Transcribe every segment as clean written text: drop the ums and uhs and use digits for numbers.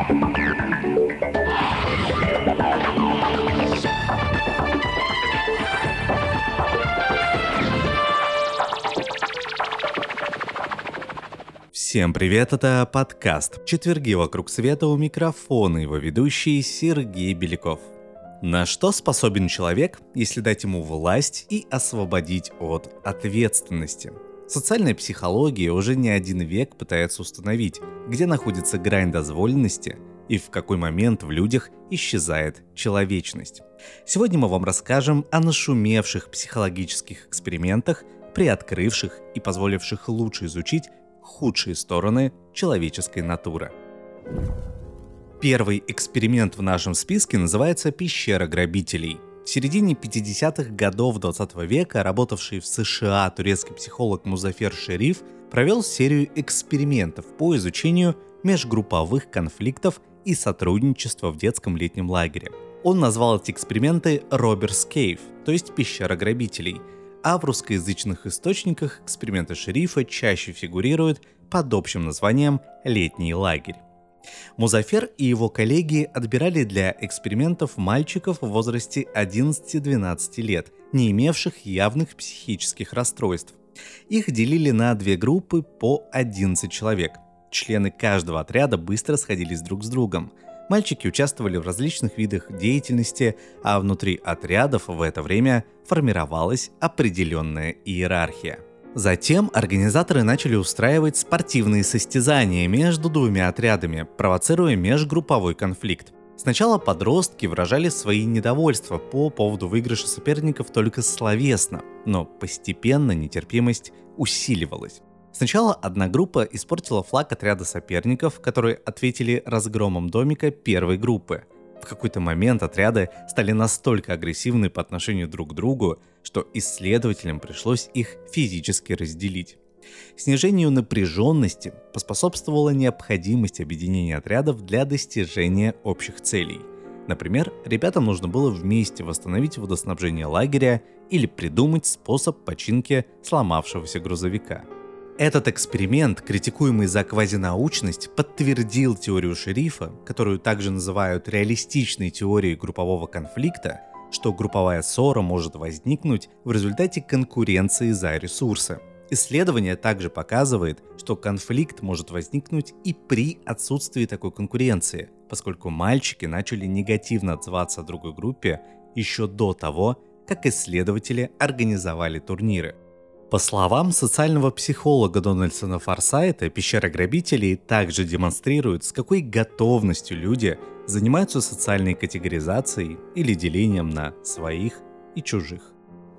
Всем привет, это подкаст «Четверги вокруг света», у микрофона его ведущий Сергей Беляков. На что способен человек, если дать ему власть и освободить от ответственности? Социальная психология уже не один век пытается установить, где находится грань дозволенности и в какой момент в людях исчезает человечность. Сегодня мы вам расскажем о нашумевших психологических экспериментах, приоткрывших и позволивших лучше изучить худшие стороны человеческой натуры. Первый эксперимент в нашем списке называется «Пещера грабителей». В середине 50-х годов 20 века работавший в США турецкий психолог Музафер Шериф провел серию экспериментов по изучению межгрупповых конфликтов и сотрудничества в детском летнем лагере. Он назвал эти эксперименты «Robbers Cave», то есть «Пещера грабителей», а в русскоязычных источниках эксперименты Шерифа чаще фигурируют под общим названием «Летний лагерь». Музафер и его коллеги отбирали для экспериментов мальчиков в возрасте 11-12 лет, не имевших явных психических расстройств. Их делили на две группы по 11 человек. Члены каждого отряда быстро сходились друг с другом. Мальчики участвовали в различных видах деятельности, а внутри отрядов в это время формировалась определенная иерархия. Затем организаторы начали устраивать спортивные состязания между двумя отрядами, провоцируя межгрупповой конфликт. Сначала подростки выражали свои недовольства по поводу выигрыша соперников только словесно, но постепенно нетерпимость усиливалась. Сначала одна группа испортила флаг отряда соперников, которые ответили разгромом домика первой группы. В какой-то момент отряды стали настолько агрессивны по отношению друг к другу, что исследователям пришлось их физически разделить. Снижению напряженности поспособствовала необходимость объединения отрядов для достижения общих целей. Например, ребятам нужно было вместе восстановить водоснабжение лагеря или придумать способ починки сломавшегося грузовика. Этот эксперимент, критикуемый за квазинаучность, подтвердил теорию Шерифа, которую также называют реалистичной теорией группового конфликта, что групповая ссора может возникнуть в результате конкуренции за ресурсы. Исследование также показывает, что конфликт может возникнуть и при отсутствии такой конкуренции, поскольку мальчики начали негативно отзываться о другой группе еще до того, как исследователи организовали турниры. По словам социального психолога Дональдсона Форсайта, пещера грабителей также демонстрирует, с какой готовностью люди занимаются социальной категоризацией или делением на своих и чужих.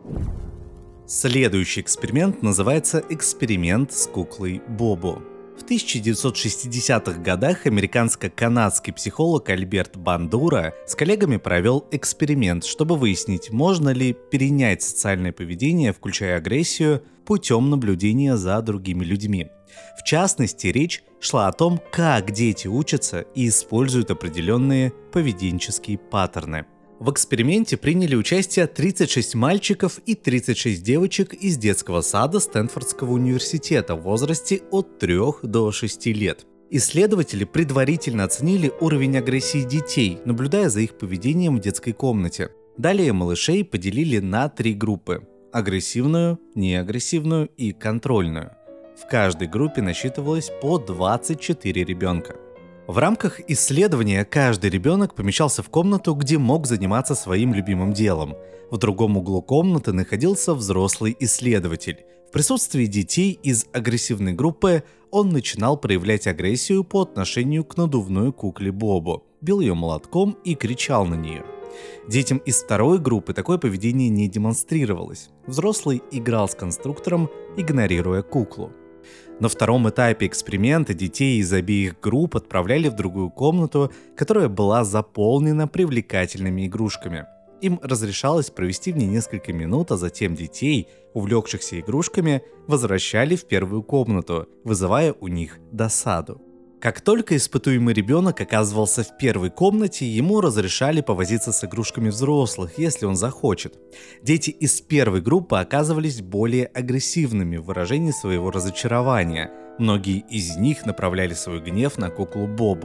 Следующий эксперимент называется «Эксперимент с куклой Бобо». В 1960-х годах американско-канадский психолог Альберт Бандура с коллегами провел эксперимент, чтобы выяснить, можно ли перенять социальное поведение, включая агрессию, путем наблюдения за другими людьми. В частности, речь шла о том, как дети учатся и используют определенные поведенческие паттерны. В эксперименте приняли участие 36 мальчиков и 36 девочек из детского сада Стэнфордского университета в возрасте от 3 до 6 лет. Исследователи предварительно оценили уровень агрессии детей, наблюдая за их поведением в детской комнате. Далее малышей поделили на 3 группы – агрессивную, неагрессивную и контрольную. В каждой группе насчитывалось по 24 ребенка. В рамках исследования каждый ребенок помещался в комнату, где мог заниматься своим любимым делом. В другом углу комнаты находился взрослый исследователь. В присутствии детей из агрессивной группы он начинал проявлять агрессию по отношению к надувной кукле Бобо, бил ее молотком и кричал на нее. Детям из второй группы такое поведение не демонстрировалось. Взрослый играл с конструктором, игнорируя куклу. На втором этапе эксперимента детей из обеих групп отправляли в другую комнату, которая была заполнена привлекательными игрушками. Им разрешалось провести в ней несколько минут, а затем детей, увлекшихся игрушками, возвращали в первую комнату, вызывая у них досаду. Как только испытуемый ребенок оказывался в первой комнате, ему разрешали повозиться с игрушками взрослых, если он захочет. Дети из первой группы оказывались более агрессивными в выражении своего разочарования. Многие из них направляли свой гнев на куклу Бобо.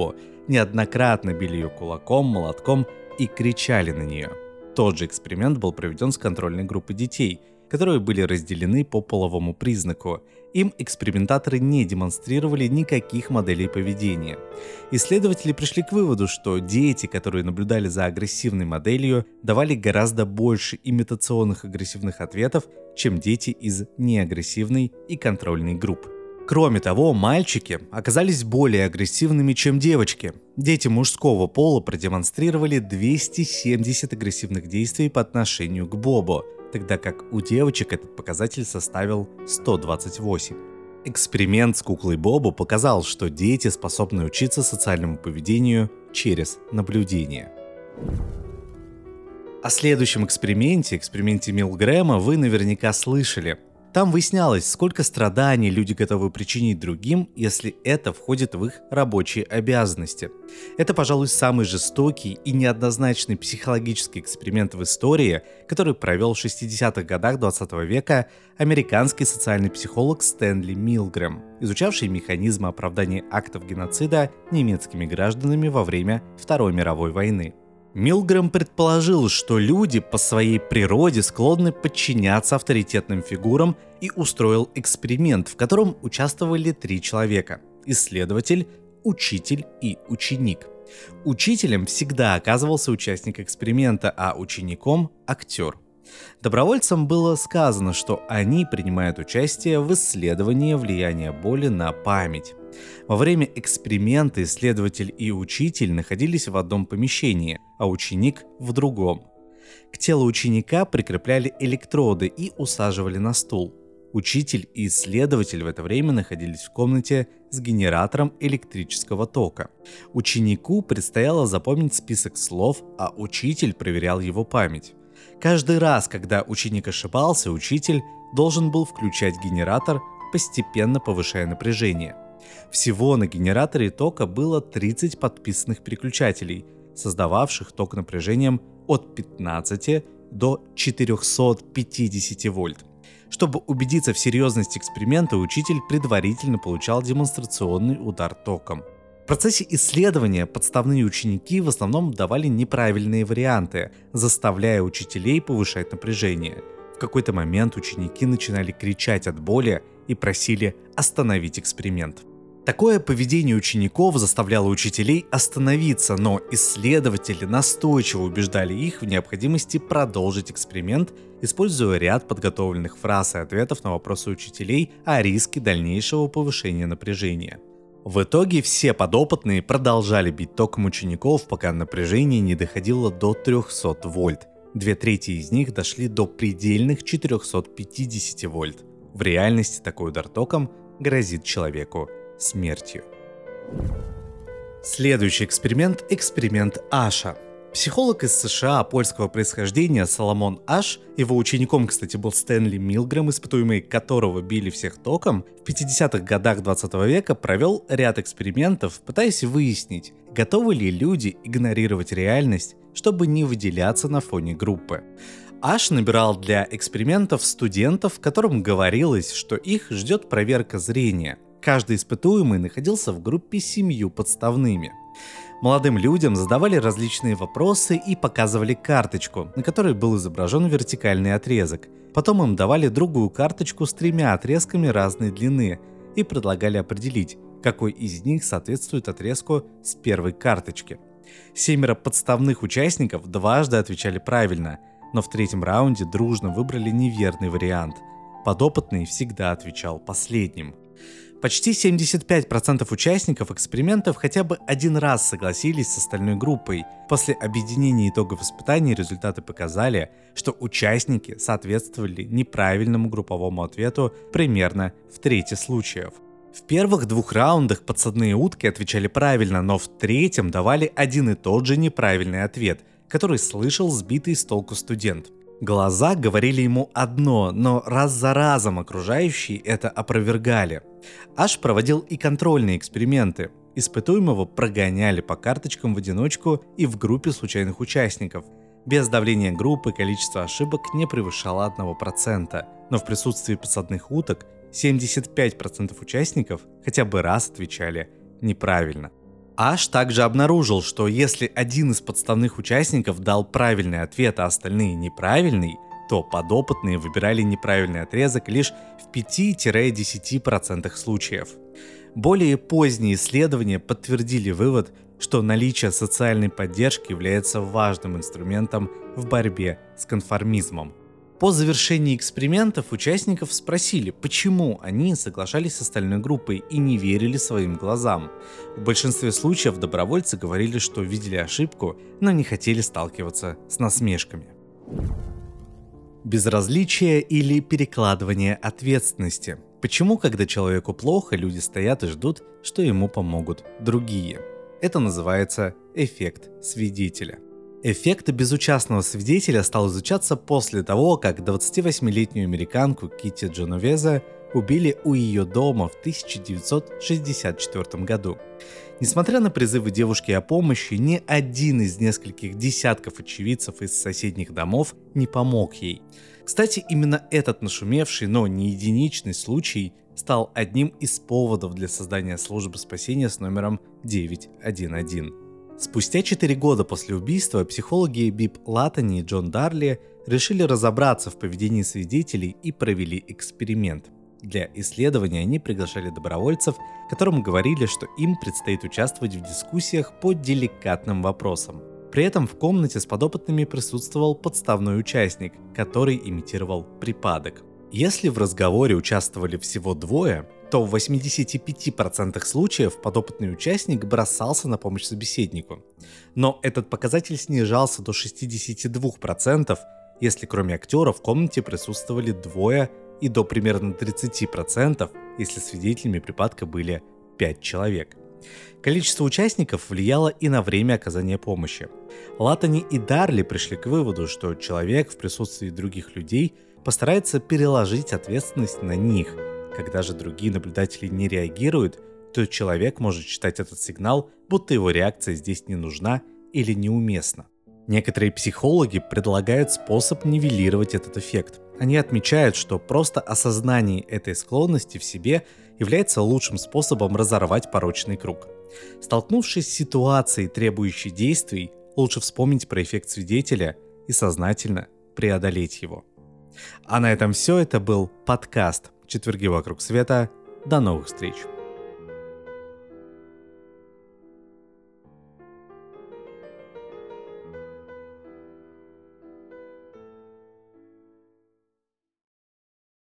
неоднократно били ее кулаком, молотком и кричали на нее. Тот же эксперимент был проведен с контрольной группой детей, которые были разделены по половому признаку. Им экспериментаторы не демонстрировали никаких моделей поведения. Исследователи пришли к выводу, что дети, которые наблюдали за агрессивной моделью, давали гораздо больше имитационных агрессивных ответов, чем дети из неагрессивной и контрольной групп. Кроме того, мальчики оказались более агрессивными, чем девочки. Дети мужского пола продемонстрировали 270 агрессивных действий по отношению к Бобу, тогда как у девочек этот показатель составил 128. Эксперимент с куклой Бобо показал, что дети способны учиться социальному поведению через наблюдение. О следующем эксперименте Милгрэма, вы наверняка слышали. Там выяснялось, сколько страданий люди готовы причинить другим, если это входит в их рабочие обязанности. Это, пожалуй, самый жестокий и неоднозначный психологический эксперимент в истории, который провел в 60-х годах 20 века американский социальный психолог Стэнли Милгрэм, изучавший механизмы оправдания актов геноцида немецкими гражданами во время Второй мировой войны. Милгрэм предположил, что люди по своей природе склонны подчиняться авторитетным фигурам, и устроил эксперимент, в котором участвовали 3 человека – исследователь, учитель и ученик. Учителем всегда оказывался участник эксперимента, а учеником – актер. Добровольцам было сказано, что они принимают участие в исследовании влияния боли на память. Во время эксперимента исследователь и учитель находились в одном помещении, а ученик в другом. К телу ученика прикрепляли электроды и усаживали на стул. Учитель и исследователь в это время находились в комнате с генератором электрического тока. Ученику предстояло запомнить список слов, а учитель проверял его память. Каждый раз, когда ученик ошибался, учитель должен был включать генератор, постепенно повышая напряжение. Всего на генераторе тока было 30 подписанных переключателей, создававших ток напряжением от 15 до 450 вольт. Чтобы убедиться в серьезности эксперимента, учитель предварительно получал демонстрационный удар током. В процессе исследования подставные ученики в основном давали неправильные варианты, заставляя учителей повышать напряжение. В какой-то момент ученики начинали кричать от боли и просили остановить эксперимент. Такое поведение учеников заставляло учителей остановиться, но исследователи настойчиво убеждали их в необходимости продолжить эксперимент, используя ряд подготовленных фраз и ответов на вопросы учителей о риске дальнейшего повышения напряжения. В итоге все подопытные продолжали бить током учеников, пока напряжение не доходило до 300 вольт. 2/3 из них дошли до предельных 450 вольт. В реальности такой удар током грозит человеку смертью. Следующий эксперимент – эксперимент Аша. Психолог из США польского происхождения Соломон Аш, его учеником, кстати, был Стэнли Милгрэм, испытуемый которого били всех током, в 50-х годах 20 века провел ряд экспериментов, пытаясь выяснить, готовы ли люди игнорировать реальность, чтобы не выделяться на фоне группы. Аш набирал для экспериментов студентов, которым говорилось, что их ждет проверка зрения. Каждый испытуемый находился в группе с 7 подставными. Молодым людям задавали различные вопросы и показывали карточку, на которой был изображен вертикальный отрезок. Потом им давали другую карточку с 3 отрезками разной длины и предлагали определить, какой из них соответствует отрезку с первой карточки. 7 подставных участников дважды отвечали правильно, но в 3-м раунде дружно выбрали неверный вариант. Подопытный всегда отвечал последним. Почти 75% участников экспериментов хотя бы один раз согласились с остальной группой. После объединения итогов испытаний результаты показали, что участники соответствовали неправильному групповому ответу примерно в 1/3 случаев. В первых 2 раундах подсадные утки отвечали правильно, но в 3-м давали один и тот же неправильный ответ, который слышал сбитый с толку студент. Глаза говорили ему одно, но раз за разом окружающие это опровергали. Аш проводил и контрольные эксперименты. Испытуемого прогоняли по карточкам в одиночку и в группе случайных участников. Без давления группы количество ошибок не превышало 1%, но в присутствии подсадных уток 75% участников хотя бы раз отвечали неправильно. Аш также обнаружил, что если один из подставных участников дал правильный ответ, а остальные неправильный, то подопытные выбирали неправильный отрезок лишь в 5-10% случаев. Более поздние исследования подтвердили вывод, что наличие социальной поддержки является важным инструментом в борьбе с конформизмом. По завершении экспериментов участников спросили, почему они соглашались с остальной группой и не верили своим глазам. В большинстве случаев добровольцы говорили, что видели ошибку, но не хотели сталкиваться с насмешками. Безразличие или перекладывание ответственности. Почему, когда человеку плохо, люди стоят и ждут, что ему помогут другие? Это называется эффект свидетеля. Эффект безучастного свидетеля стал изучаться после того, как 28-летнюю американку Китти Дженовезе убили у ее дома в 1964 году. Несмотря на призывы девушки о помощи, ни один из нескольких десятков очевидцев из соседних домов не помог ей. Кстати, именно этот нашумевший, но не единичный случай стал одним из поводов для создания службы спасения с номером 911. Спустя 4 года после убийства психологи Бип Латтани и Джон Дарли решили разобраться в поведении свидетелей и провели эксперимент. Для исследования они приглашали добровольцев, которым говорили, что им предстоит участвовать в дискуссиях по деликатным вопросам. При этом в комнате с подопытными присутствовал подставной участник, который имитировал припадок. Если в разговоре участвовали всего двое, то в 85% случаев подопытный участник бросался на помощь собеседнику. Но этот показатель снижался до 62%, если кроме актера в комнате присутствовали двое, и до примерно 30%, если свидетелями припадка были 5 человек. Количество участников влияло и на время оказания помощи. Латтани и Дарли пришли к выводу, что человек в присутствии других людей постарается переложить ответственность на них. Когда же другие наблюдатели не реагируют, то человек может считать этот сигнал, будто его реакция здесь не нужна или неуместна. Некоторые психологи предлагают способ нивелировать этот эффект. Они отмечают, что просто осознание этой склонности в себе является лучшим способом разорвать порочный круг. Столкнувшись с ситуацией, требующей действий, лучше вспомнить про эффект свидетеля и сознательно преодолеть его. А на этом все. Это был подкаст «Четверги вокруг света». До новых встреч!